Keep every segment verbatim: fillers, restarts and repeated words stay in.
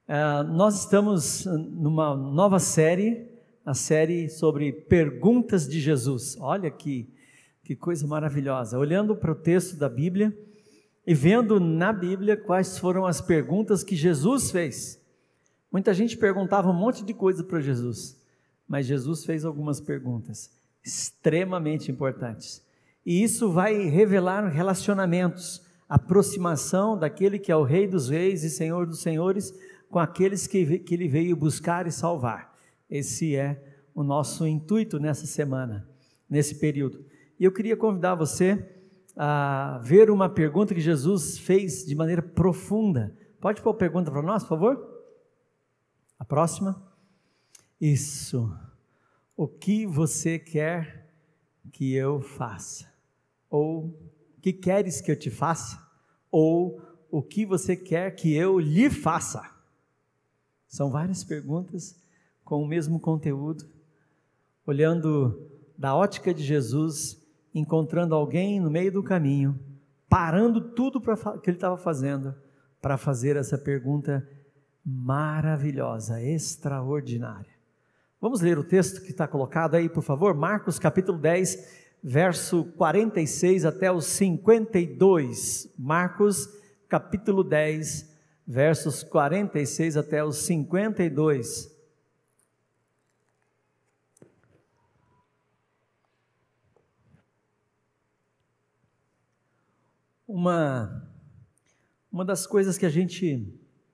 Uh, nós estamos numa nova série, a série sobre perguntas de Jesus. Olha que, que coisa maravilhosa, olhando para o texto da Bíblia e vendo na Bíblia quais foram as perguntas que Jesus fez. Muita gente perguntava um monte de coisa para Jesus, mas Jesus fez algumas perguntas extremamente importantes. E isso vai revelar relacionamentos, aproximação daquele que é o Rei dos Reis e Senhor dos Senhores, com aqueles que, que Ele veio buscar e salvar. Esse é o nosso intuito nessa semana, nesse período. E eu queria convidar você a ver uma pergunta que Jesus fez de maneira profunda. Pode pôr a pergunta para nós, por favor? A próxima. Isso. O que você quer que eu faça? Ou o que queres que eu te faça? Ou o que você quer que eu lhe faça? São várias perguntas com o mesmo conteúdo, olhando da ótica de Jesus, encontrando alguém no meio do caminho, parando tudo pra, que ele estava fazendo para fazer essa pergunta maravilhosa, extraordinária. Vamos ler o texto que está colocado aí, por favor? Marcos capítulo dez, verso quarenta e seis até o cinquenta e dois. Marcos capítulo dez, versos quarenta e seis até os cinquenta e dois. Uma, uma das coisas que a gente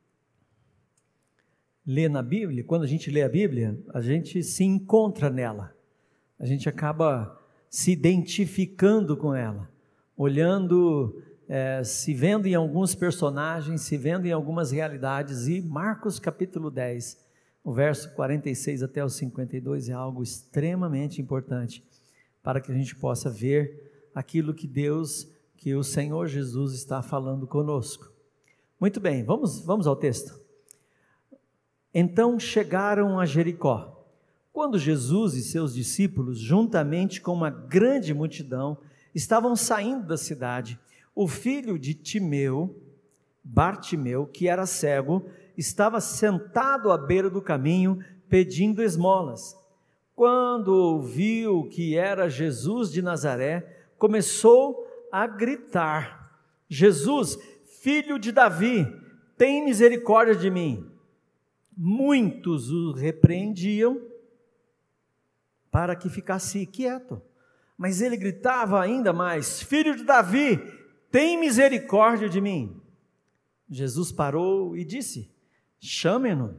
lê na Bíblia, quando a gente lê a Bíblia, a gente se encontra nela, a gente acaba se identificando com ela, olhando, é, se vendo em alguns personagens, se vendo em algumas realidades. E Marcos capítulo dez, o verso quarenta e seis até o cinquenta e dois é algo extremamente importante para que a gente possa ver aquilo que Deus, que o Senhor Jesus está falando conosco. Muito bem, vamos, vamos ao texto. Então chegaram a Jericó. Quando Jesus e seus discípulos, juntamente com uma grande multidão, estavam saindo da cidade, o filho de Timeu, Bartimeu, que era cego, estava sentado à beira do caminho, pedindo esmolas. Quando ouviu que era Jesus de Nazaré, começou a gritar: Jesus, filho de Davi, tem misericórdia de mim. Muitos o repreendiam para que ficasse quieto, mas ele gritava ainda mais: filho de Davi, tem misericórdia de mim. Jesus parou e disse: chame-no.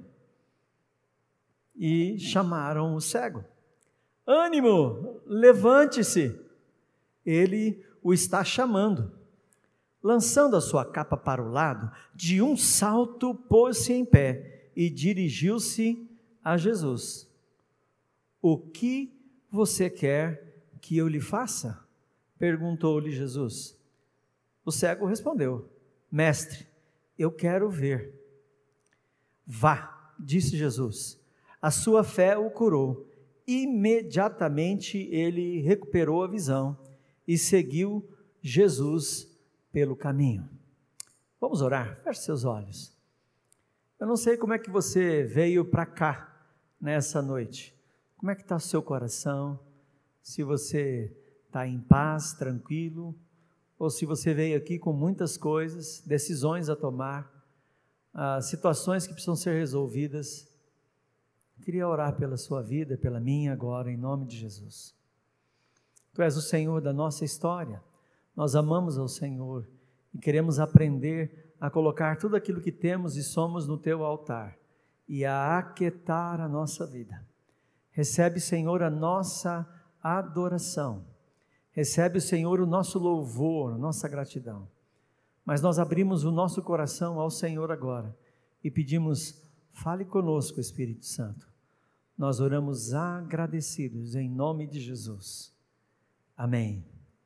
E chamaram o cego. Ânimo, levante-se, ele o está chamando. Lançando a sua capa para o lado, de um salto pôs-se em pé e dirigiu-se a Jesus. O que você quer que eu lhe faça? Perguntou-lhe Jesus. O cego respondeu: mestre, eu quero ver. Vá, disse Jesus, a sua fé o curou. Imediatamente ele recuperou a visão e seguiu Jesus pelo caminho. Vamos orar? Feche seus olhos. Eu não sei como é que você veio para cá nessa noite. Como é que está o seu coração? Se você está em paz, tranquilo, ou se você veio aqui com muitas coisas, decisões a tomar, ah, situações que precisam ser resolvidas. Eu queria orar pela sua vida, pela minha agora, em nome de Jesus. Tu és o Senhor da nossa história, nós amamos ao Senhor e queremos aprender a colocar tudo aquilo que temos e somos no teu altar e a aquietar a nossa vida. Recebe, Senhor, a nossa adoração, recebe, Senhor, o nosso louvor, a nossa gratidão, mas nós abrimos o nosso coração ao Senhor agora e pedimos: fale conosco, Espírito Santo. Nós oramos agradecidos em nome de Jesus, amém.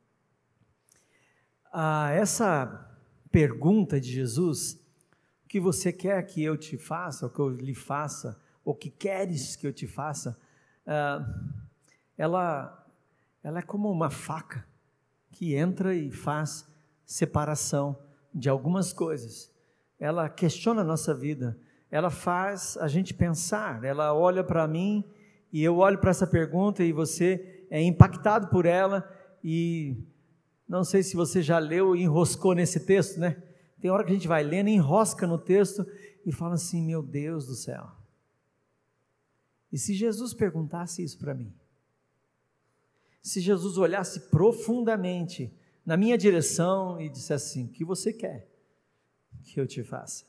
Ah, essa pergunta de Jesus: o que você quer que eu te faça, ou que eu lhe faça, ou que queres que eu te faça, ah, ela, ela é como uma faca que entra e faz separação de algumas coisas. Ela questiona a nossa vida, ela faz a gente pensar, ela olha para mim e eu olho para essa pergunta e você é impactado por ela e não sei se você já leu e enroscou nesse texto, né? Tem hora que a gente vai lendo, enrosca no texto e fala assim, meu Deus do céu. E se Jesus perguntasse isso para mim? Se Jesus olhasse profundamente na minha direção e dissesse assim, o que você quer que eu te faça?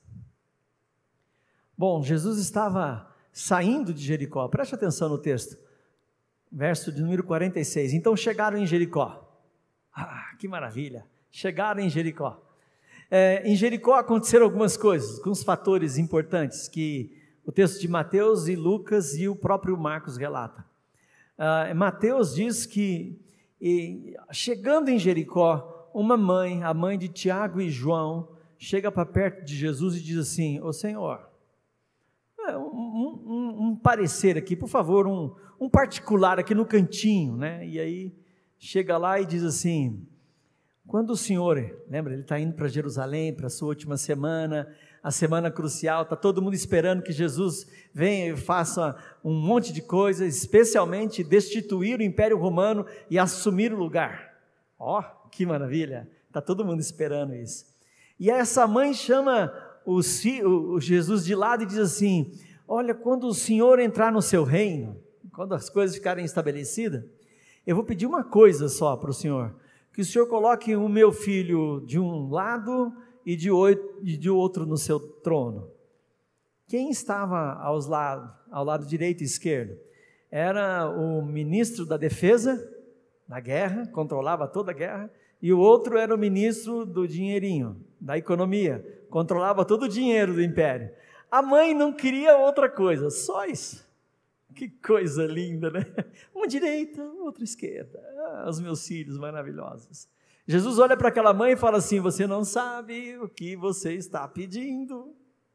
Bom, Jesus estava saindo de Jericó, preste atenção no texto, verso de número quarenta e seis, então chegaram em Jericó, ah, que maravilha, chegaram em Jericó, é, em Jericó aconteceram algumas coisas, alguns fatores importantes que o texto de Mateus e Lucas e o próprio Marcos relata. Uh, Mateus diz que, e, chegando em Jericó, uma mãe, a mãe de Tiago e João, chega para perto de Jesus e diz assim, ô Senhor, um, um, um parecer aqui, por favor, um, um particular aqui no cantinho, né? E aí chega lá e diz assim, quando o Senhor, lembra, ele está indo para Jerusalém, para a sua última semana, a semana crucial, está todo mundo esperando que Jesus venha e faça um monte de coisas, especialmente destituir o Império Romano e assumir o lugar. Ó, oh, que maravilha, está todo mundo esperando isso. E essa mãe chama o, o Jesus de lado e diz assim, olha, quando o Senhor entrar no seu reino, quando as coisas ficarem estabelecidas, eu vou pedir uma coisa só para o Senhor, que o Senhor coloque o meu filho de um lado e de, oito, e de outro no seu trono. Quem estava aos lados, ao lado direito e esquerdo? Era o ministro da defesa, da guerra, controlava toda a guerra, e o outro era o ministro do dinheirinho, da economia, controlava todo o dinheiro do império. A mãe não queria outra coisa, só isso. Que coisa linda, né? Uma direita, outra esquerda. Ah, os meus filhos maravilhosos. Jesus olha para aquela mãe e fala assim, você não sabe o que você está pedindo.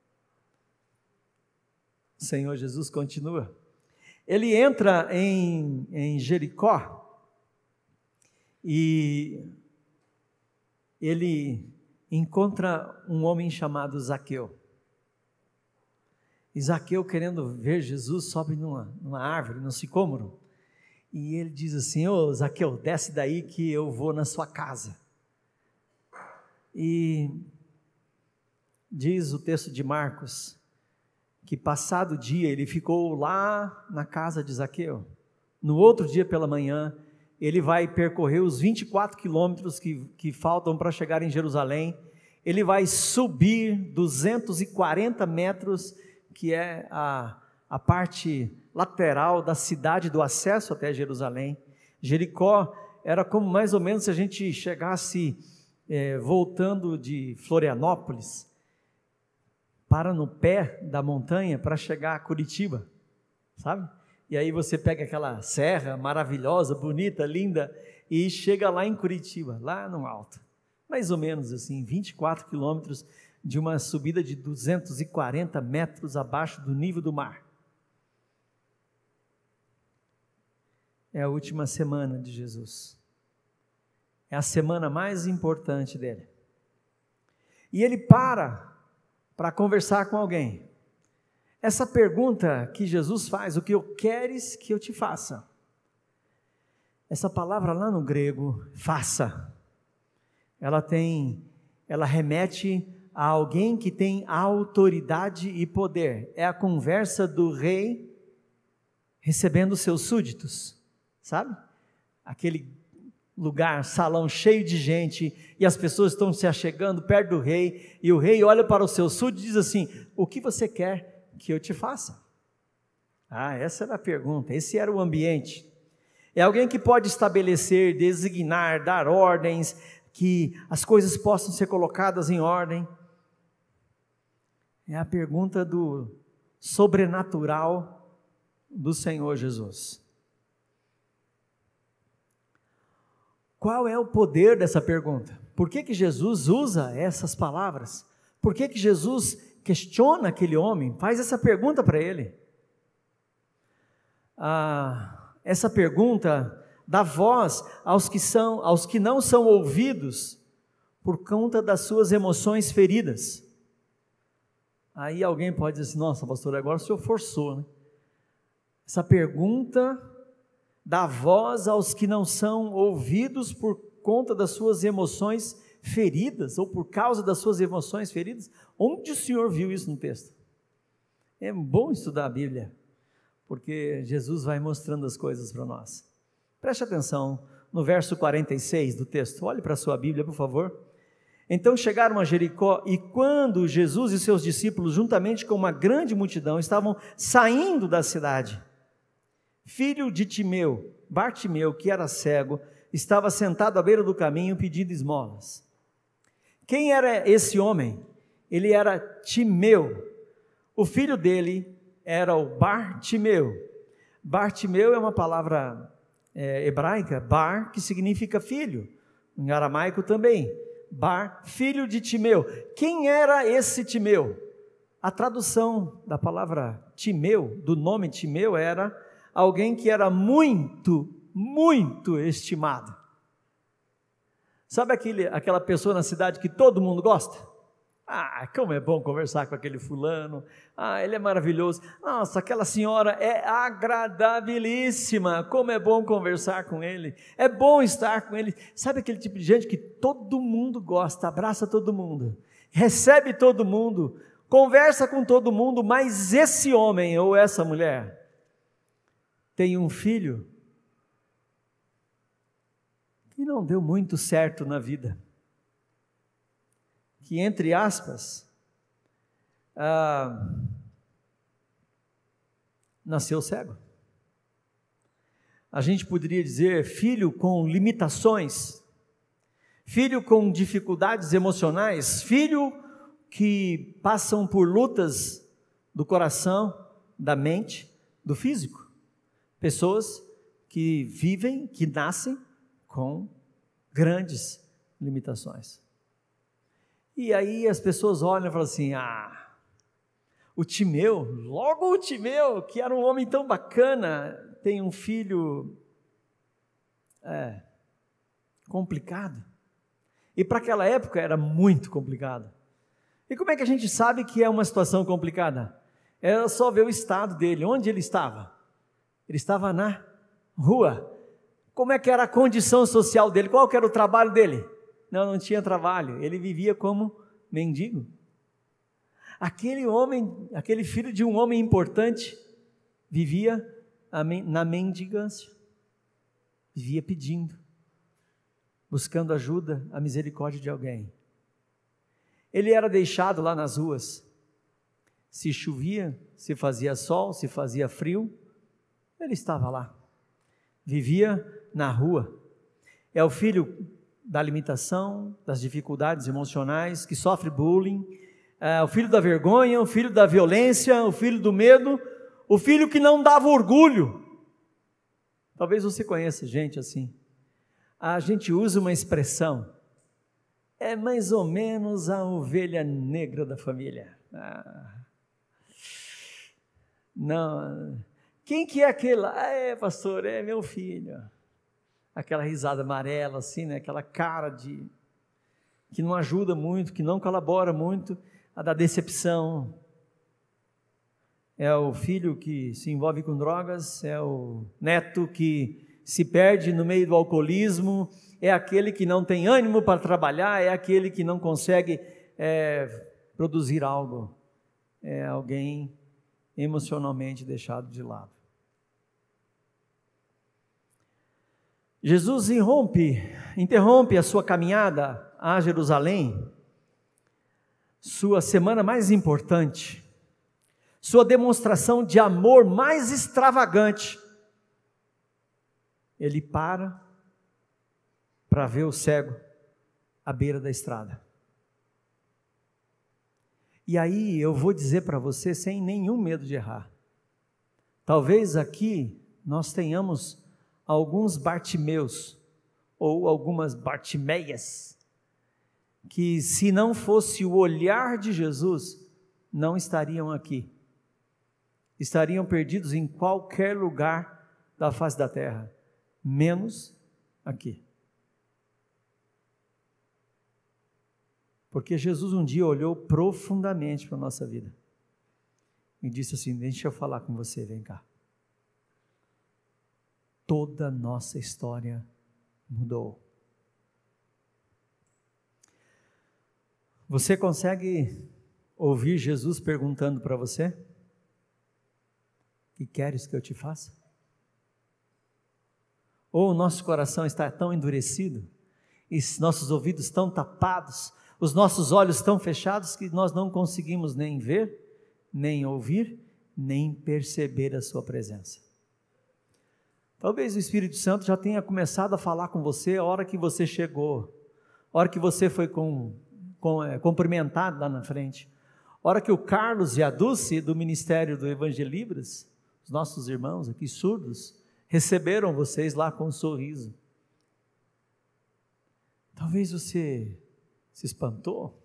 O Senhor Jesus continua. Ele entra em, em Jericó e ele encontra um homem chamado Zaqueu. E Zaqueu, querendo ver Jesus, sobe numa, numa árvore, num sicômoro, e ele diz assim, ô Zaqueu, desce daí que eu vou na sua casa. E diz o texto de Marcos, que passado o dia, ele ficou lá na casa de Zaqueu. No outro dia pela manhã, ele vai percorrer os vinte e quatro quilômetros que, que faltam para chegar em Jerusalém, ele vai subir duzentos e quarenta metros, que é a, a parte lateral da cidade, do acesso até Jerusalém. Jericó era como mais ou menos se a gente chegasse é, voltando de Florianópolis, para no pé da montanha para chegar a Curitiba, sabe? E aí você pega aquela serra maravilhosa, bonita, linda, e chega lá em Curitiba, lá no alto, mais ou menos assim, vinte e quatro quilômetros, de uma subida de duzentos e quarenta metros abaixo do nível do mar. É a última semana de Jesus. É a semana mais importante dele. E ele para para conversar com alguém. Essa pergunta que Jesus faz, o que eu queres que eu te faça? Essa palavra lá no grego, faça, ela tem, ela remete a alguém que tem autoridade e poder. É a conversa do rei recebendo seus súditos, sabe? Aquele lugar, salão cheio de gente, e as pessoas estão se achegando perto do rei, e o rei olha para os seus súditos e diz assim, o que você quer que eu te faça? Ah, essa era a pergunta, esse era o ambiente. É alguém que pode estabelecer, designar, dar ordens, que as coisas possam ser colocadas em ordem. É a pergunta do sobrenatural do Senhor Jesus. Qual é o poder dessa pergunta? Por que que Jesus usa essas palavras? Por que que Jesus questiona aquele homem? Faz essa pergunta para ele. Ah, essa pergunta dá voz aos que são, aos que não são ouvidos por conta das suas emoções feridas. Aí alguém pode dizer assim, nossa pastor, agora o senhor forçou, né? Essa pergunta dá voz aos que não são ouvidos por conta das suas emoções feridas, ou por causa das suas emoções feridas. Onde o senhor viu isso no texto? É bom estudar a Bíblia, porque Jesus vai mostrando as coisas para nós. Preste atenção no verso quarenta e seis do texto, olhe para a sua Bíblia, por favor. Então chegaram a Jericó, e quando Jesus e seus discípulos, juntamente com uma grande multidão, estavam saindo da cidade, filho de Timeu, Bartimeu, que era cego, estava sentado à beira do caminho pedindo esmolas. Quem era esse homem? Ele era Timeu. O filho dele era o Bartimeu. Bartimeu é uma palavra é, hebraica, bar, que significa filho, em aramaico também. Bar, filho de Timeu. Quem era esse Timeu? A tradução da palavra Timeu, do nome Timeu, era alguém que era muito, muito estimado. Sabe aquele, aquela pessoa na cidade que todo mundo gosta? Ah, como é bom conversar com aquele fulano. Ah, ele é maravilhoso. Nossa, aquela senhora é agradabilíssima. Como é bom conversar com ele. É bom estar com ele. Sabe aquele tipo de gente que todo mundo gosta, abraça todo mundo, recebe todo mundo, conversa com todo mundo, mas esse homem ou essa mulher tem um filho que não deu muito certo na vida. Que, entre aspas, ah, nasceu cego. A gente poderia dizer filho com limitações, filho com dificuldades emocionais, filho que passam por lutas do coração, da mente, do físico. Pessoas que vivem, que nascem com grandes limitações. E aí as pessoas olham e falam assim, ah, o Timeu, logo o Timeu, que era um homem tão bacana, tem um filho é, complicado. E para aquela época era muito complicado. E como é que a gente sabe que é uma situação complicada? Era só ver o estado dele, onde ele estava. Ele estava na rua. Como é que era a condição social dele? Qual que era o trabalho dele? Não, não tinha trabalho, ele vivia como mendigo. Aquele homem, aquele filho de um homem importante, vivia na mendigância, vivia pedindo, buscando ajuda, a misericórdia de alguém. Ele era deixado lá nas ruas, se chovia, se fazia sol, se fazia frio, ele estava lá, vivia na rua. É o filho da limitação, das dificuldades emocionais, que sofre bullying, é, o filho da vergonha, o filho da violência, o filho do medo, o filho que não dava orgulho. Talvez você conheça gente assim. A gente usa uma expressão, é mais ou menos a ovelha negra da família. Ah, não, quem que é aquele? Ah, é pastor, é meu filho. Aquela risada amarela assim, né? Aquela cara de que não ajuda muito, que não colabora muito, a da decepção. É o filho que se envolve com drogas, é o neto que se perde no meio do alcoolismo, é aquele que não tem ânimo para trabalhar, é aquele que não consegue é, produzir algo, é alguém emocionalmente deixado de lado. Jesus interrompe, interrompe a sua caminhada a Jerusalém, sua semana mais importante, sua demonstração de amor mais extravagante. Ele para para ver o cego à beira da estrada. E aí eu vou dizer para você sem nenhum medo de errar. Talvez aqui nós tenhamos alguns Bartimeus, ou algumas Bartimeias, que se não fosse o olhar de Jesus, não estariam aqui. Estariam perdidos em qualquer lugar da face da terra, menos aqui. Porque Jesus um dia olhou profundamente para a nossa vida. e disse assim: deixa eu falar com você, vem cá. Toda a nossa história mudou. Você consegue ouvir Jesus perguntando para você: o que queres que eu te faça? Ou o nosso coração está tão endurecido, e nossos ouvidos tão tapados, os nossos olhos tão fechados, que nós não conseguimos nem ver, nem ouvir, nem perceber a sua presença. Talvez o Espírito Santo já tenha começado a falar com você a hora que você chegou, a hora que você foi com, com, é, cumprimentado lá na frente, a hora que o Carlos e a Dulce do Ministério do Evangelibras, os nossos irmãos aqui surdos, receberam vocês lá com um sorriso. Talvez você se espantou.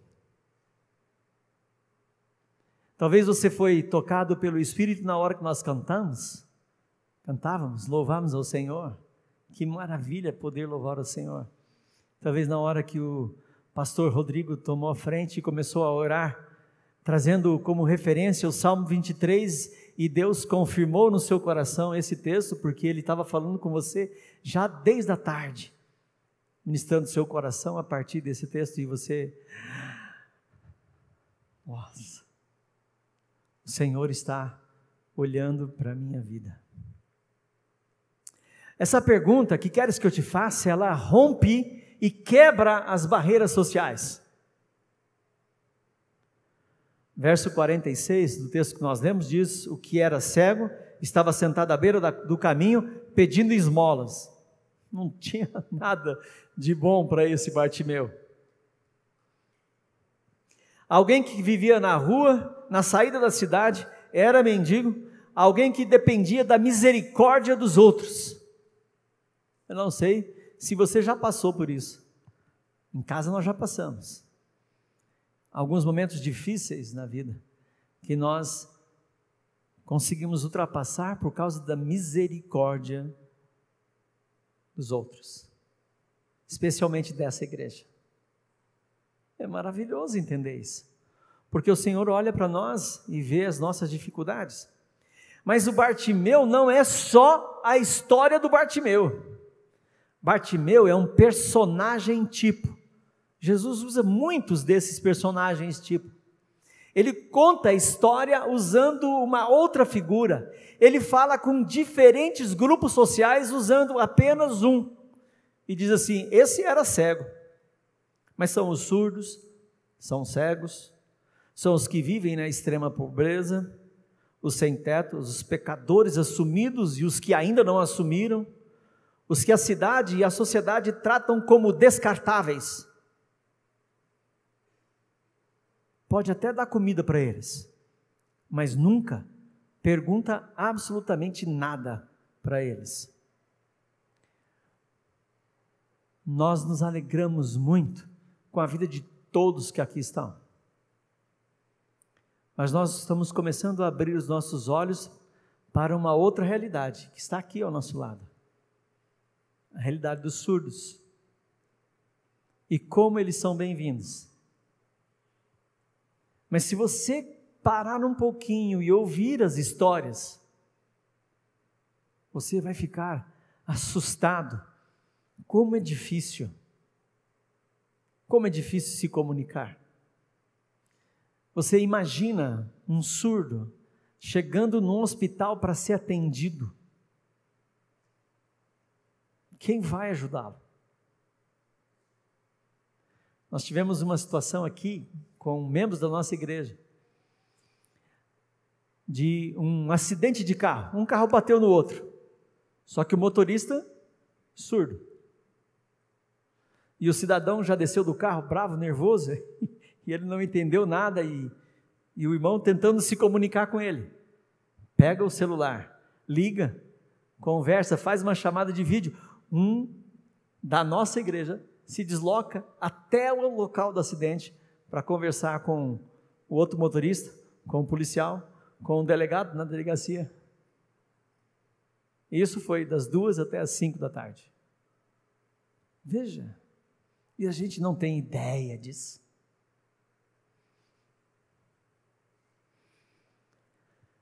Talvez você foi tocado pelo Espírito na hora que nós cantamos. Cantávamos, louvávamos ao Senhor. Que maravilha poder louvar ao Senhor. Talvez na hora que o pastor Rodrigo tomou a frente e começou a orar, trazendo como referência o Salmo vinte e três, e Deus confirmou no seu coração esse texto, porque Ele estava falando com você já desde a tarde, ministrando seu coração a partir desse texto, e você, nossa, o Senhor está olhando para a minha vida. Essa pergunta, que queres que eu te faça, ela rompe e quebra as barreiras sociais. Verso quarenta e seis do texto que nós lemos diz: o que era cego estava sentado à beira da, do caminho pedindo esmolas. Não tinha nada de bom para esse Bartimeu. Alguém que vivia na rua, na saída da cidade, era mendigo, alguém que dependia da misericórdia dos outros. Eu não sei se você já passou por isso. Em casa nós já passamos. Alguns momentos difíceis na vida, que nós conseguimos ultrapassar por causa da misericórdia dos outros, especialmente dessa igreja. É maravilhoso entender isso, porque o Senhor olha para nós e vê as nossas dificuldades. Mas o Bartimeu não é só a história do Bartimeu. Bartimeu é um personagem tipo. Jesus usa muitos desses personagens tipo. Ele conta a história usando uma outra figura. Ele fala com diferentes grupos sociais usando apenas um. E diz assim: esse era cego. Mas são os surdos, são cegos, são os que vivem na extrema pobreza, os sem teto, os pecadores assumidos e os que ainda não assumiram, os que a cidade e a sociedade tratam como descartáveis. Pode até dar comida para eles, mas nunca pergunta absolutamente nada para eles. Nós nos alegramos muito com a vida de todos que aqui estão, mas nós estamos começando a abrir os nossos olhos para uma outra realidade, que está aqui ao nosso lado, a realidade dos surdos, e como eles são bem-vindos. Mas se você parar um pouquinho e ouvir as histórias, você vai ficar assustado. Como é difícil, como é difícil se comunicar. Você imagina um surdo chegando num hospital para ser atendido. Quem vai ajudá-lo? Nós tivemos uma situação aqui com membros da nossa igreja, de um acidente de carro. Um carro bateu no outro, só que o motorista, surdo. E o cidadão já desceu do carro, bravo, nervoso, e ele não entendeu nada, e, e o irmão tentando se comunicar com ele. Pega o celular, liga, conversa, faz uma chamada de vídeo. Um da nossa igreja se desloca até o local do acidente para conversar com o outro motorista, com o policial, com o delegado na delegacia. Isso foi das duas até as cinco da tarde. Veja, e a gente não tem ideia disso.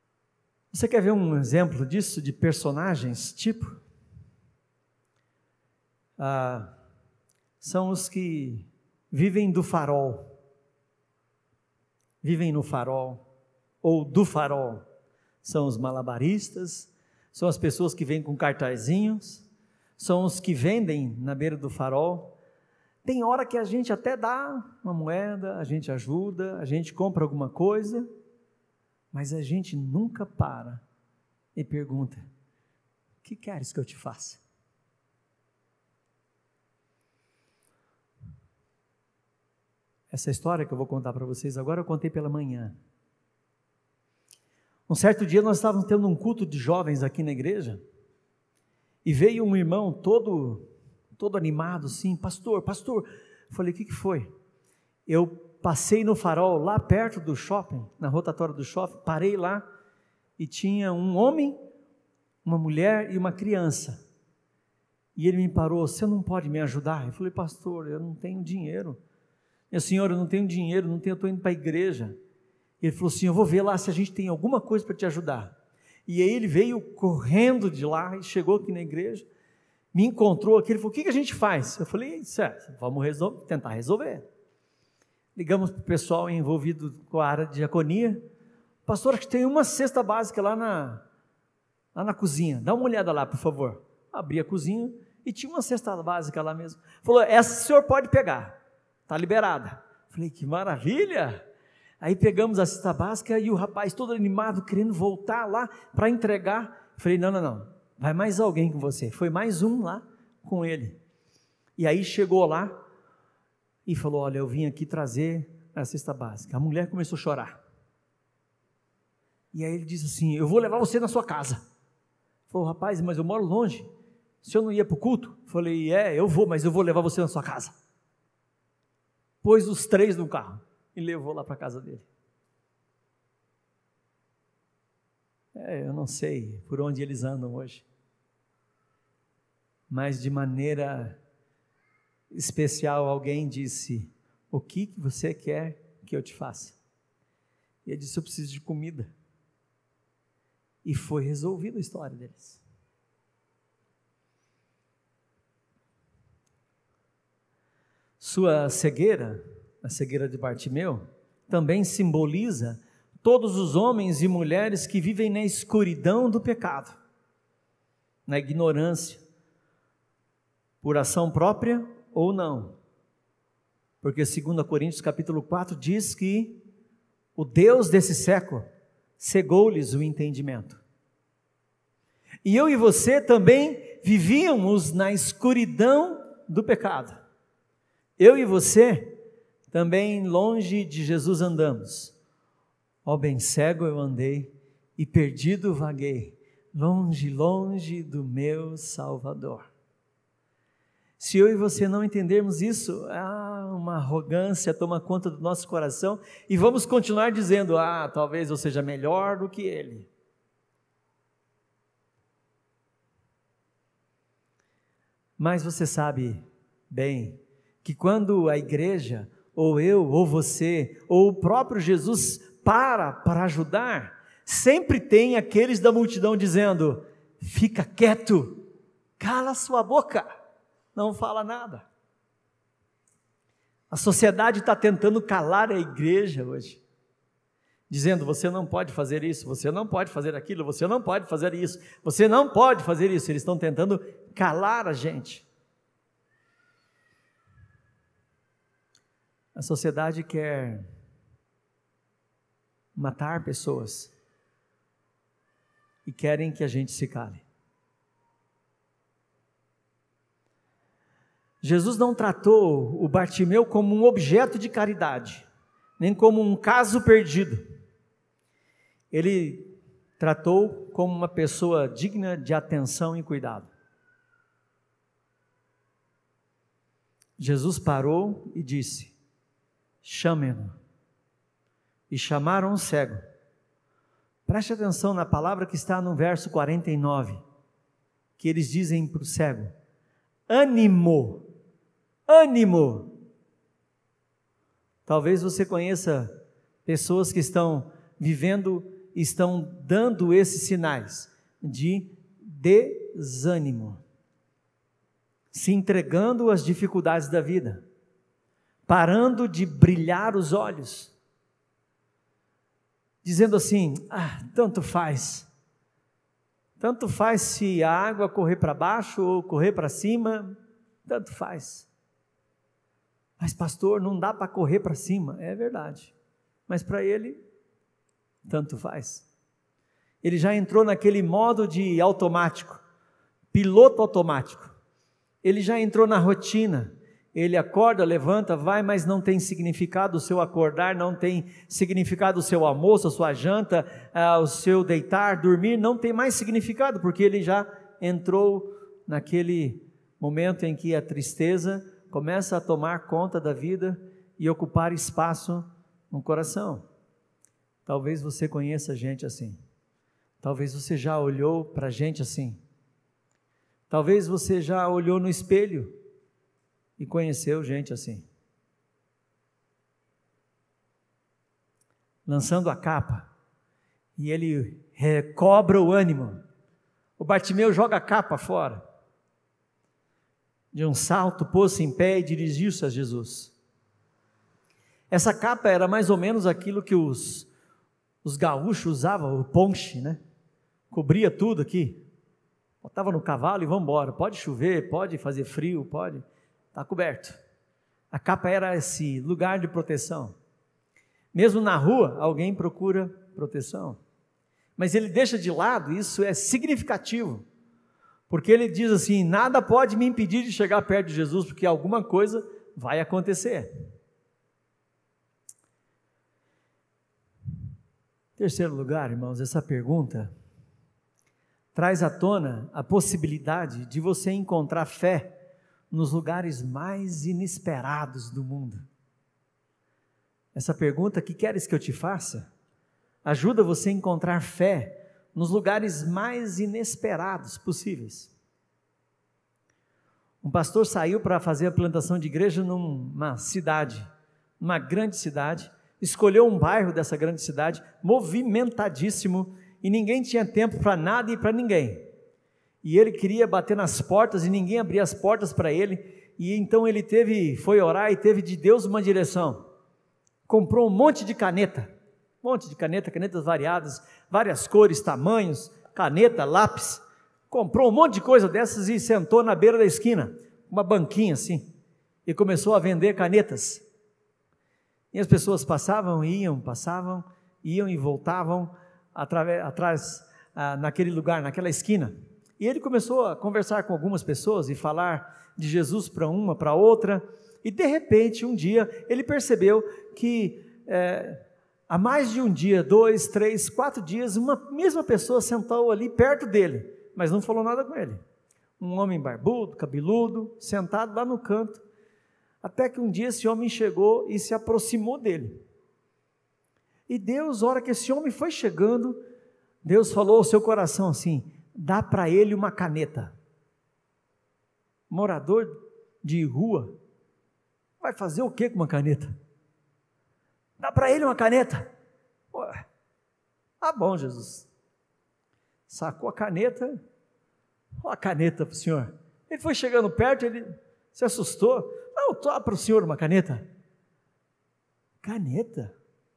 Você quer ver um exemplo disso, de personagens tipo? Ah, são os que vivem do farol, vivem no farol, ou do farol. São os malabaristas, são as pessoas que vêm com cartazinhos, são os que vendem na beira do farol. Tem hora que a gente até dá uma moeda, a gente ajuda, a gente compra alguma coisa, mas a gente nunca para e pergunta: o que queres que eu te faça? Essa história que eu vou contar para vocês agora, eu contei pela manhã. Um certo dia nós estávamos tendo um culto de jovens aqui na igreja, e veio um irmão todo, todo animado assim: pastor, pastor. Eu falei: o que, que foi? Eu passei no farol lá perto do shopping, na rotatória do shopping, parei lá, e tinha um homem, uma mulher e uma criança, e ele me parou: você não pode me ajudar? Eu falei: pastor, eu não tenho dinheiro. Meu senhor, eu não tenho dinheiro, não tenho, eu estou indo para a igreja. Ele falou assim: eu vou ver lá se a gente tem alguma coisa para te ajudar. E aí ele veio correndo de lá e chegou aqui na igreja, me encontrou aqui, ele falou: o que, que a gente faz? Eu falei: certo, vamos resol- tentar resolver. Ligamos para o pessoal envolvido com a área de diaconia: pastor, acho que tem uma cesta básica lá na, lá na cozinha, dá uma olhada lá, por favor. Abri a cozinha e tinha uma cesta básica lá mesmo. Falou: essa o senhor pode pegar, está liberada. Falei: que maravilha! Aí pegamos a cesta básica e o rapaz todo animado, querendo voltar lá para entregar. Falei: não, não, não, vai mais alguém com você. Foi mais um lá com ele. E aí chegou lá e falou: olha, eu vim aqui trazer a cesta básica. A mulher começou a chorar. E aí ele disse assim: eu vou levar você na sua casa. Falou: rapaz, mas eu moro longe, o senhor não ia para o culto? Falei: é, eu vou, mas eu vou levar você na sua casa. Pôs os três no carro e levou lá para a casa dele. É, eu não sei por onde eles andam hoje, mas de maneira especial alguém disse: o que você quer que eu te faça? E ele disse: eu preciso de comida. E foi resolvida a história deles. Sua cegueira, a cegueira de Bartimeu, também simboliza todos os homens e mulheres que vivem na escuridão do pecado, na ignorância, por ação própria ou não, porque segundo Coríntios capítulo quatro diz que o Deus desse século cegou-lhes o entendimento. E eu e você também vivíamos na escuridão do pecado. Eu e você também longe de Jesus andamos. Ó bem cego eu andei e perdido vaguei, longe, longe do meu Salvador. Se eu e você não entendermos isso, ah, uma arrogância toma conta do nosso coração e vamos continuar dizendo: ah, talvez eu seja melhor do que ele. Mas você sabe bem que quando a igreja, ou eu, ou você, ou o próprio Jesus para para ajudar, sempre tem aqueles da multidão dizendo: fica quieto, cala sua boca, não fala nada. A sociedade está tentando calar a igreja hoje, dizendo: você não pode fazer isso, você não pode fazer aquilo, você não pode fazer isso, você não pode fazer isso. Eles estão tentando calar a gente. A sociedade quer matar pessoas e querem que a gente se cale. Jesus não tratou o Bartimeu como um objeto de caridade, nem como um caso perdido. Ele tratou como uma pessoa digna de atenção e cuidado. Jesus parou e disse: chamem-no. E chamaram o cego. Preste atenção na palavra que está no verso quarenta e nove, que eles dizem para o cego: ânimo, ânimo. Talvez você conheça pessoas que estão vivendo estão dando esses sinais de desânimo, se entregando às dificuldades da vida, parando de brilhar os olhos, dizendo assim: ah, tanto faz, tanto faz se a água correr para baixo ou correr para cima, tanto faz. Mas pastor, não dá para correr para cima. É verdade, mas para ele, tanto faz. Ele já entrou naquele modo de automático, piloto automático. Ele já entrou na rotina. Ele acorda, levanta, vai, mas não tem significado o seu acordar, não tem significado o seu almoço, a sua janta, ah, o seu deitar, dormir, não tem mais significado, porque ele já entrou naquele momento em que a tristeza começa a tomar conta da vida e ocupar espaço no coração. Talvez você conheça gente assim. Talvez você já olhou para gente assim. Talvez você já olhou no espelho e conheceu gente assim. Lançando a capa, e ele recobra o ânimo. O Bartimeu joga a capa fora. De um salto, pôs-se em pé e dirigiu-se a Jesus. Essa capa era mais ou menos aquilo que os, os gaúchos usavam, o ponche, né? Cobria tudo aqui. Botava no cavalo e vamos embora. Pode chover, pode fazer frio, pode... Está coberto. A capa era esse lugar de proteção. Mesmo na rua, alguém procura proteção. Mas ele deixa de lado, isso é significativo. Porque ele diz assim: nada pode me impedir de chegar perto de Jesus, porque alguma coisa vai acontecer. Terceiro lugar, irmãos, essa pergunta traz à tona a possibilidade de você encontrar fé nos lugares mais inesperados do mundo. Essa pergunta: que queres que eu te faça? Ajuda você a encontrar fé nos lugares mais inesperados possíveis. Um pastor saiu para fazer a plantação de igreja numa cidade, numa grande cidade, escolheu um bairro dessa grande cidade, movimentadíssimo, e ninguém tinha tempo para nada e para ninguém. E ele queria bater nas portas e ninguém abria as portas para ele, e então ele teve, foi orar e teve de Deus uma direção. Comprou um monte de caneta, um monte de caneta, canetas variadas, várias cores, tamanhos, caneta, lápis, comprou um monte de coisa dessas e sentou na beira da esquina, uma banquinha assim, e começou a vender canetas. E as pessoas passavam, iam, passavam, iam e voltavam através, atrás, ah, naquele lugar, naquela esquina. E ele começou a conversar com algumas pessoas e falar de Jesus para uma, para outra, e de repente, um dia, ele percebeu que é, há mais de um dia, dois, três, quatro dias, uma mesma pessoa sentou ali perto dele, mas não falou nada com ele. Um homem barbudo, cabeludo, sentado lá no canto, até que um dia esse homem chegou e se aproximou dele. E Deus, a hora que esse homem foi chegando, Deus falou ao seu coração assim: dá para ele uma caneta. Morador de rua vai fazer o que com uma caneta? Dá para ele uma caneta. Ué, ah, bom, Jesus. Sacou a caneta, olha a caneta para o senhor. Ele foi chegando perto, ele se assustou. Não, dá para o senhor uma caneta. Caneta?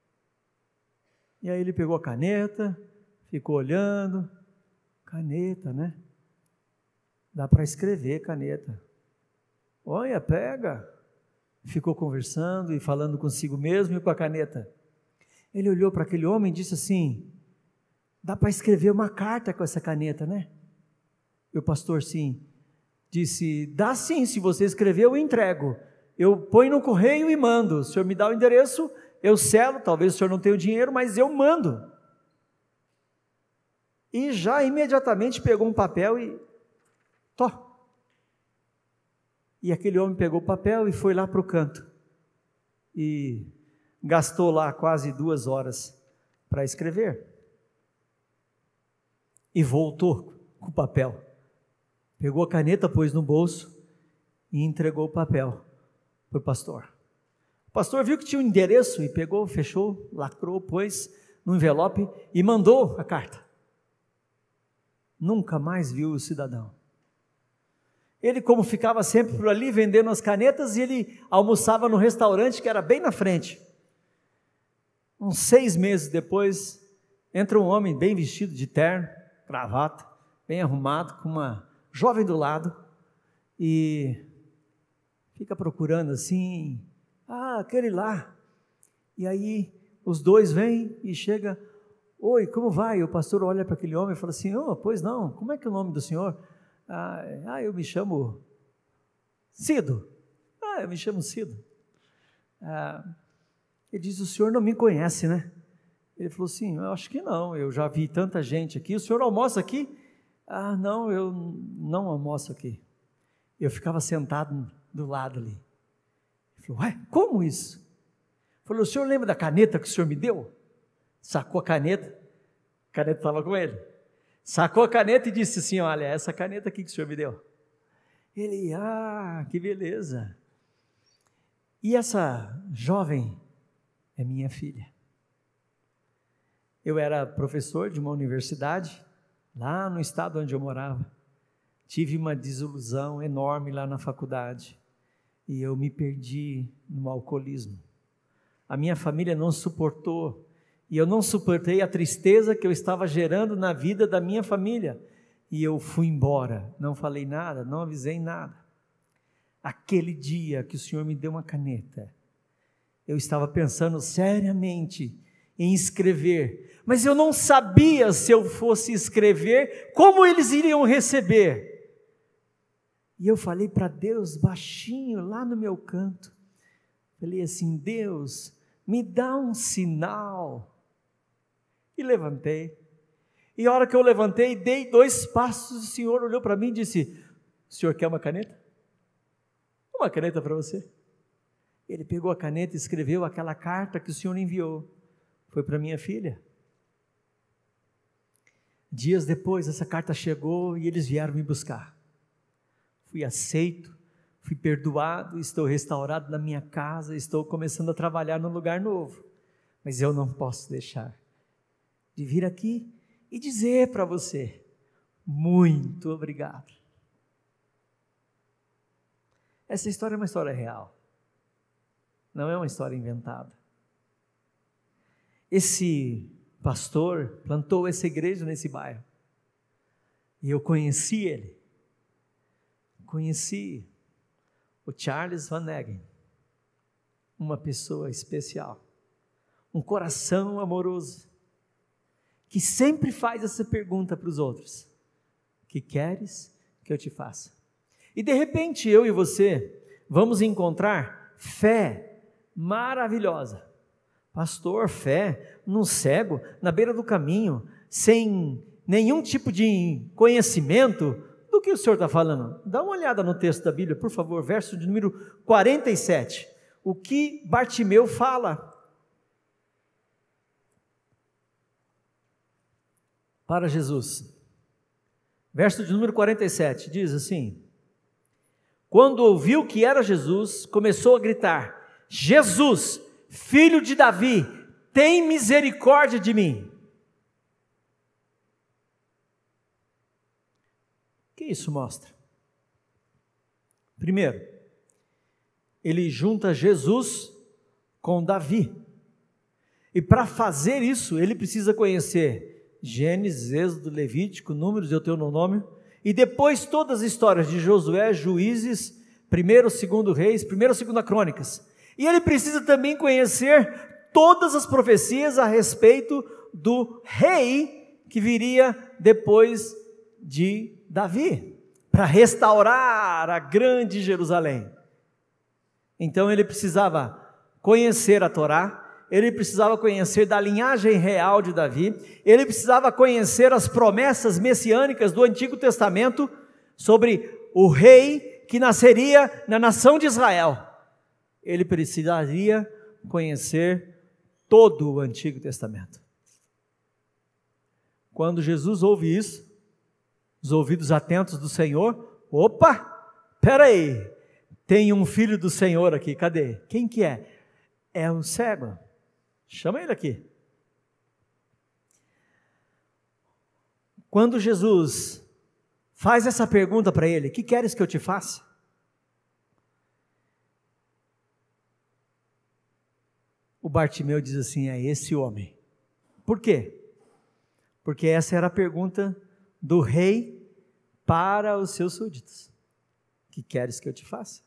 E aí ele pegou a caneta, ficou olhando. Caneta, né? Dá para escrever caneta. Olha, pega. Ficou conversando e falando consigo mesmo e com a caneta. Ele olhou para aquele homem e disse assim: dá para escrever uma carta com essa caneta, né? E o pastor sim, disse: dá sim, se você escrever eu entrego. Eu ponho no correio e mando. O senhor me dá o endereço, eu selo, talvez o senhor não tenha o dinheiro, mas eu mando. E já imediatamente pegou um papel e... Tó. E aquele homem pegou o papel e foi lá para o canto. E gastou lá quase duas horas para escrever. E voltou com o papel. Pegou a caneta, pôs no bolso e entregou o papel para o pastor. O pastor viu que tinha um endereço e pegou, fechou, lacrou, pôs no envelope e mandou a carta. Nunca mais viu o cidadão. Ele, como ficava sempre por ali vendendo as canetas, e ele almoçava no restaurante que era bem na frente. Uns seis meses depois, entra um homem bem vestido de terno, gravata, bem arrumado, com uma jovem do lado, e fica procurando assim, ah, aquele lá. E aí os dois vêm e chega, oi, como vai? O pastor olha para aquele homem e fala assim, oh, pois não, como é que é o nome do senhor? Ah, ah, eu me chamo Cido. Ah, eu me chamo Cido. Ah, ele diz, o senhor não me conhece, né? Ele falou assim, eu acho que não, eu já vi tanta gente aqui. O senhor almoça aqui? Ah, não, eu não almoço aqui. Eu ficava sentado do lado ali. Ele falou, ué, como isso? Ele falou, o senhor lembra da caneta que o senhor me deu? Sacou a caneta, a caneta estava com ele. Sacou a caneta e disse assim, olha, essa caneta aqui que o senhor me deu. Ele, ah, que beleza. E essa jovem é minha filha. Eu era professor de uma universidade, lá no estado onde eu morava. Tive uma desilusão enorme lá na faculdade. E eu me perdi no alcoolismo. A minha família não suportou. E eu não suportei a tristeza que eu estava gerando na vida da minha família. E eu fui embora, não falei nada, não avisei nada. Aquele dia que o Senhor me deu uma caneta, eu estava pensando seriamente em escrever, mas eu não sabia se eu fosse escrever, como eles iriam receber. E eu falei para Deus, baixinho, lá no meu canto, falei assim, Deus, me dá um sinal. E levantei, e a hora que eu levantei, dei dois passos, o Senhor olhou para mim e disse, o senhor quer uma caneta? Uma caneta para você. Ele pegou a caneta e escreveu aquela carta que o Senhor enviou, foi para minha filha. Dias depois essa carta chegou e eles vieram me buscar, fui aceito, fui perdoado, estou restaurado na minha casa, estou começando a trabalhar num lugar novo, mas eu não posso deixar de vir aqui e dizer para você, muito obrigado. Essa história é uma história real, não é uma história inventada. Esse pastor plantou essa igreja nesse bairro, e eu conheci ele, conheci o Charles Van Neggen, uma pessoa especial, um coração amoroso, que sempre faz essa pergunta para os outros, o que queres que eu te faça? E de repente eu e você vamos encontrar fé maravilhosa. Pastor, fé num cego, na beira do caminho, sem nenhum tipo de conhecimento do que o senhor está falando. Dá uma olhada no texto da Bíblia, por favor, verso de número quarenta e sete. O que Bartimeu fala para Jesus. Verso de número quarenta e sete, diz assim, quando ouviu que era Jesus, começou a gritar, Jesus, filho de Davi, tem misericórdia de mim. O que isso mostra? Primeiro, ele junta Jesus com Davi, e para fazer isso, ele precisa conhecer Gênesis, Êxodo, Levítico, Números, Deuteronômio, e depois todas as histórias de Josué, Juízes, primeiro, segundo Reis, primeiro, segunda Crônicas. E ele precisa também conhecer todas as profecias a respeito do rei que viria depois de Davi, para restaurar a grande Jerusalém. Então ele precisava conhecer a Torá, ele precisava conhecer da linhagem real de Davi, ele precisava conhecer as promessas messiânicas do Antigo Testamento sobre o rei que nasceria na nação de Israel. Ele precisaria conhecer todo o Antigo Testamento. Quando Jesus ouve isso, os ouvidos atentos do Senhor, opa, espera aí, tem um filho do Senhor aqui, cadê? Quem que é? É um cego. Chama ele aqui. Quando Jesus faz essa pergunta para ele: que queres que eu te faça? O Bartimeu diz assim: é esse homem. Por quê? Porque essa era a pergunta do rei para os seus súditos: que queres que eu te faça?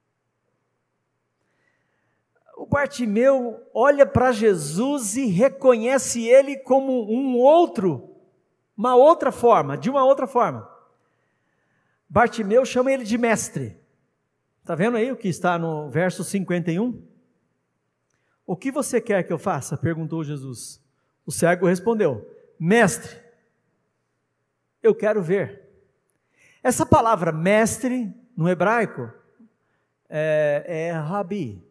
O Bartimeu olha para Jesus e reconhece ele como um outro, uma outra forma, de uma outra forma. Bartimeu chama ele de mestre. Está vendo aí o que está no verso cinquenta e um? O que você quer que eu faça? Perguntou Jesus. O cego respondeu: mestre, eu quero ver. Essa palavra mestre, no hebraico, é, é rabi.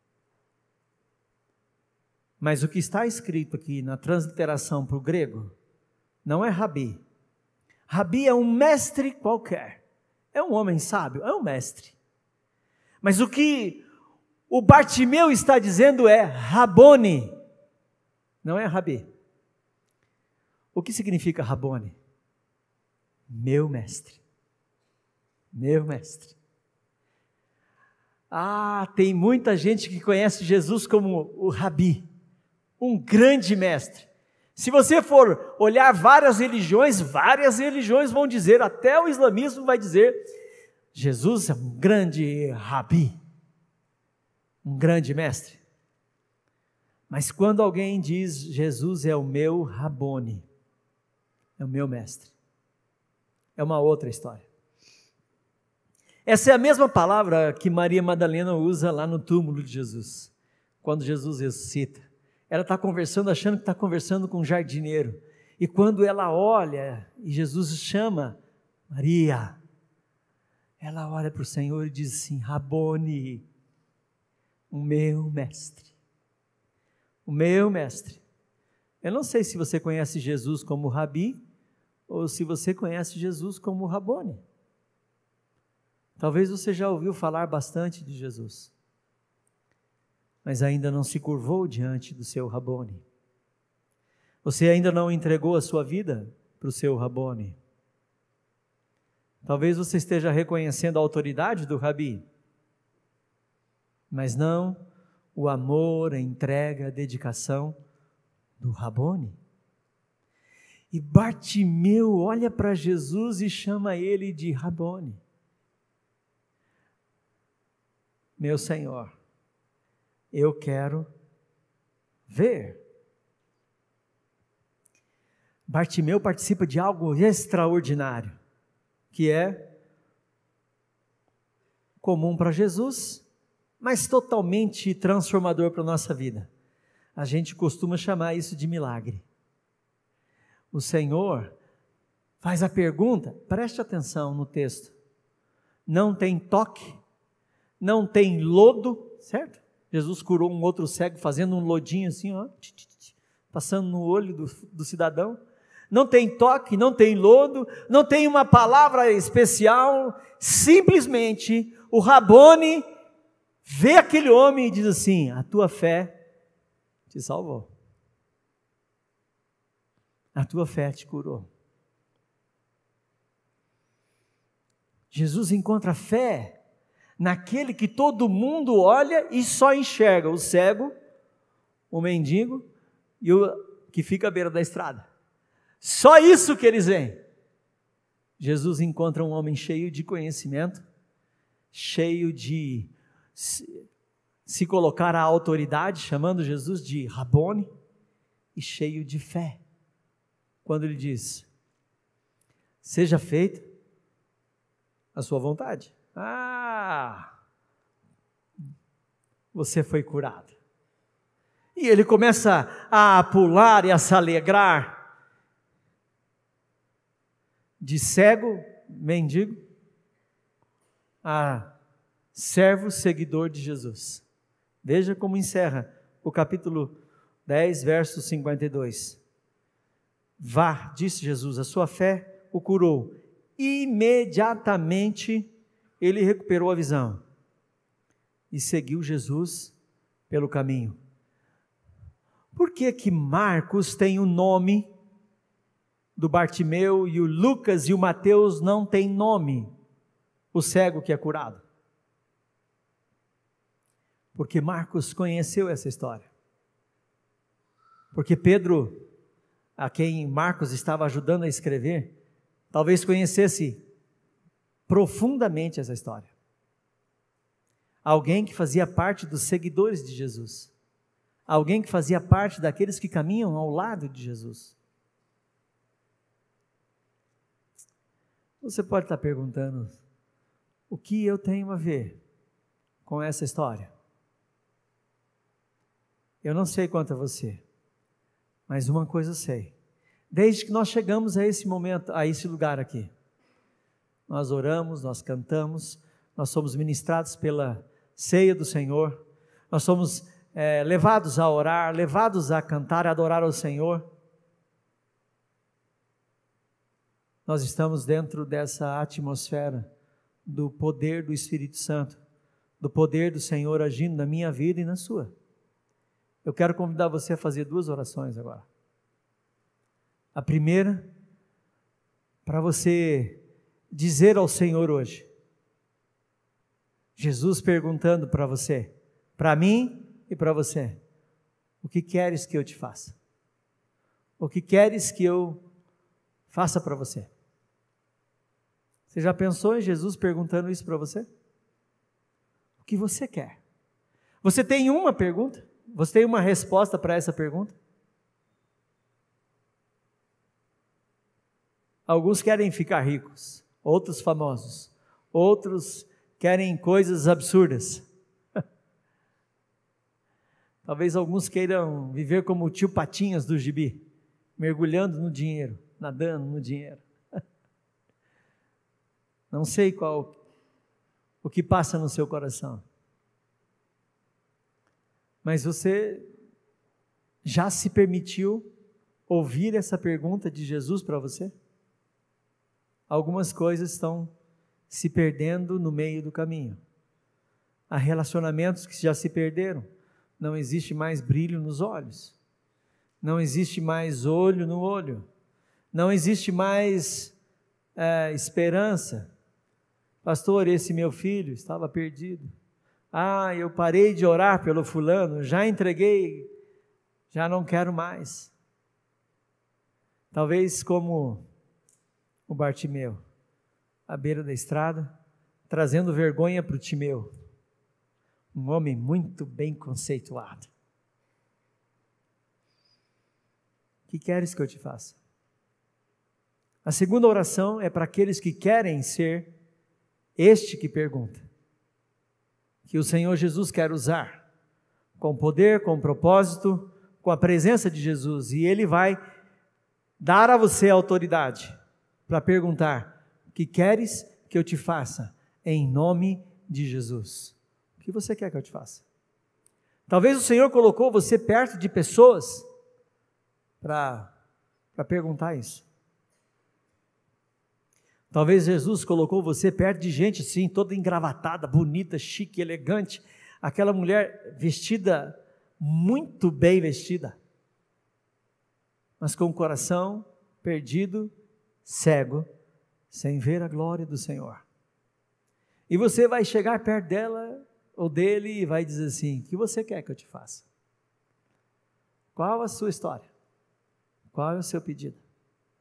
Mas o que está escrito aqui na transliteração para o grego, não é rabi. Rabi é um mestre qualquer. É um homem sábio, é um mestre. Mas o que o Bartimeu está dizendo é Rabone, não é rabi. O que significa Rabone? Meu mestre. Meu mestre. Ah, tem muita gente que conhece Jesus como o rabi, um grande mestre. Se você for olhar várias religiões, várias religiões vão dizer, até o islamismo vai dizer, Jesus é um grande rabi, um grande mestre. Mas quando alguém diz, Jesus é o meu Rabone, é o meu mestre, é uma outra história. Essa é a mesma palavra que Maria Madalena usa lá no túmulo de Jesus, quando Jesus ressuscita. Ela está conversando, achando que está conversando com um jardineiro. E quando ela olha, e Jesus chama Maria, ela olha para o Senhor e diz assim: Rabone, o meu mestre. O meu mestre. Eu não sei se você conhece Jesus como Rabi, ou se você conhece Jesus como Rabone. Talvez você já ouviu falar bastante de Jesus, mas ainda não se curvou diante do seu Rabone. Você ainda não entregou a sua vida para o seu Rabone. Talvez você esteja reconhecendo a autoridade do Rabi, mas não o amor, a entrega, a dedicação do Rabone. E Bartimeu olha para Jesus e chama ele de Rabone. Meu Senhor, eu quero ver. Bartimeu participa de algo extraordinário, que é comum para Jesus, mas totalmente transformador para a nossa vida. A gente costuma chamar isso de milagre. O Senhor faz a pergunta, preste atenção no texto, não tem toque, não tem lodo, certo? Jesus curou um outro cego fazendo um lodinho assim, ó, passando no olho do, do cidadão. Não tem toque, não tem lodo, não tem uma palavra especial, simplesmente o Rabone vê aquele homem e diz assim: a tua fé te salvou, a tua fé te curou. Jesus encontra fé naquele que todo mundo olha e só enxerga o cego, o mendigo e o que fica à beira da estrada. Só isso que eles veem. Jesus encontra um homem cheio de conhecimento, cheio de se, se colocar à autoridade, chamando Jesus de Rabone, e cheio de fé, quando ele diz: seja feita a sua vontade. Ah, você foi curado. E ele começa a pular e a se alegrar, de cego, mendigo, a servo seguidor de Jesus. Veja como encerra o capítulo dez, verso cinquenta e dois. Vá, disse Jesus, a sua fé o curou. Imediatamente ele recuperou a visão e seguiu Jesus pelo caminho. Por que que Marcos tem o nome do Bartimeu e o Lucas e o Mateus não tem nome, o cego que é curado. Porque Marcos conheceu essa história. Porque Pedro, a quem Marcos estava ajudando a escrever, talvez conhecesse profundamente essa história. Alguém que fazia parte dos seguidores de Jesus. Alguém que fazia parte daqueles que caminham ao lado de Jesus. Você pode estar perguntando, o que eu tenho a ver com essa história? Eu não sei quanto a você, mas uma coisa eu sei. Desde que nós chegamos a esse momento, a esse lugar aqui, nós oramos, nós cantamos, nós somos ministrados pela ceia do Senhor, nós somos é, levados a orar, levados a cantar, a adorar ao Senhor. Nós estamos dentro dessa atmosfera do poder do Espírito Santo, do poder do Senhor agindo na minha vida e na sua. Eu quero convidar você a fazer duas orações agora. A primeira, para você dizer ao Senhor hoje, Jesus perguntando para você, para mim e para você, o que queres que eu te faça? O que queres que eu faça para você? Você já pensou em Jesus perguntando isso para você? O que você quer? Você tem uma pergunta? Você tem uma resposta para essa pergunta? Alguns querem ficar ricos, outros famosos, outros querem coisas absurdas. Talvez alguns queiram viver como o tio Patinhas do gibi, mergulhando no dinheiro, nadando no dinheiro. Não sei qual o que passa no seu coração. Mas você já se permitiu ouvir essa pergunta de Jesus para você? Algumas coisas estão se perdendo no meio do caminho. Há relacionamentos que já se perderam. Não existe mais brilho nos olhos. Não existe mais olho no olho. Não existe mais é, esperança. Pastor, esse meu filho estava perdido. Ah, eu parei de orar pelo fulano, já entreguei, já não quero mais. Talvez como o Bartimeu, à beira da estrada, trazendo vergonha para o Timeu, um homem muito bem conceituado. O que queres que eu te faça? A segunda oração é para aqueles que querem ser este que pergunta, que o Senhor Jesus quer usar, com poder, com propósito, com a presença de Jesus, e Ele vai dar a você a autoridade para perguntar, o que queres que eu te faça? Em nome de Jesus. O que você quer que eu te faça? Talvez o Senhor colocou você perto de pessoas para para perguntar isso. Talvez Jesus colocou você perto de gente assim, toda engravatada, bonita, chique, elegante, aquela mulher vestida, muito bem vestida, mas com o coração perdido, cego, sem ver a glória do Senhor. E você vai chegar perto dela ou dele e vai dizer assim, o que você quer que eu te faça? Qual a sua história? Qual é o seu pedido?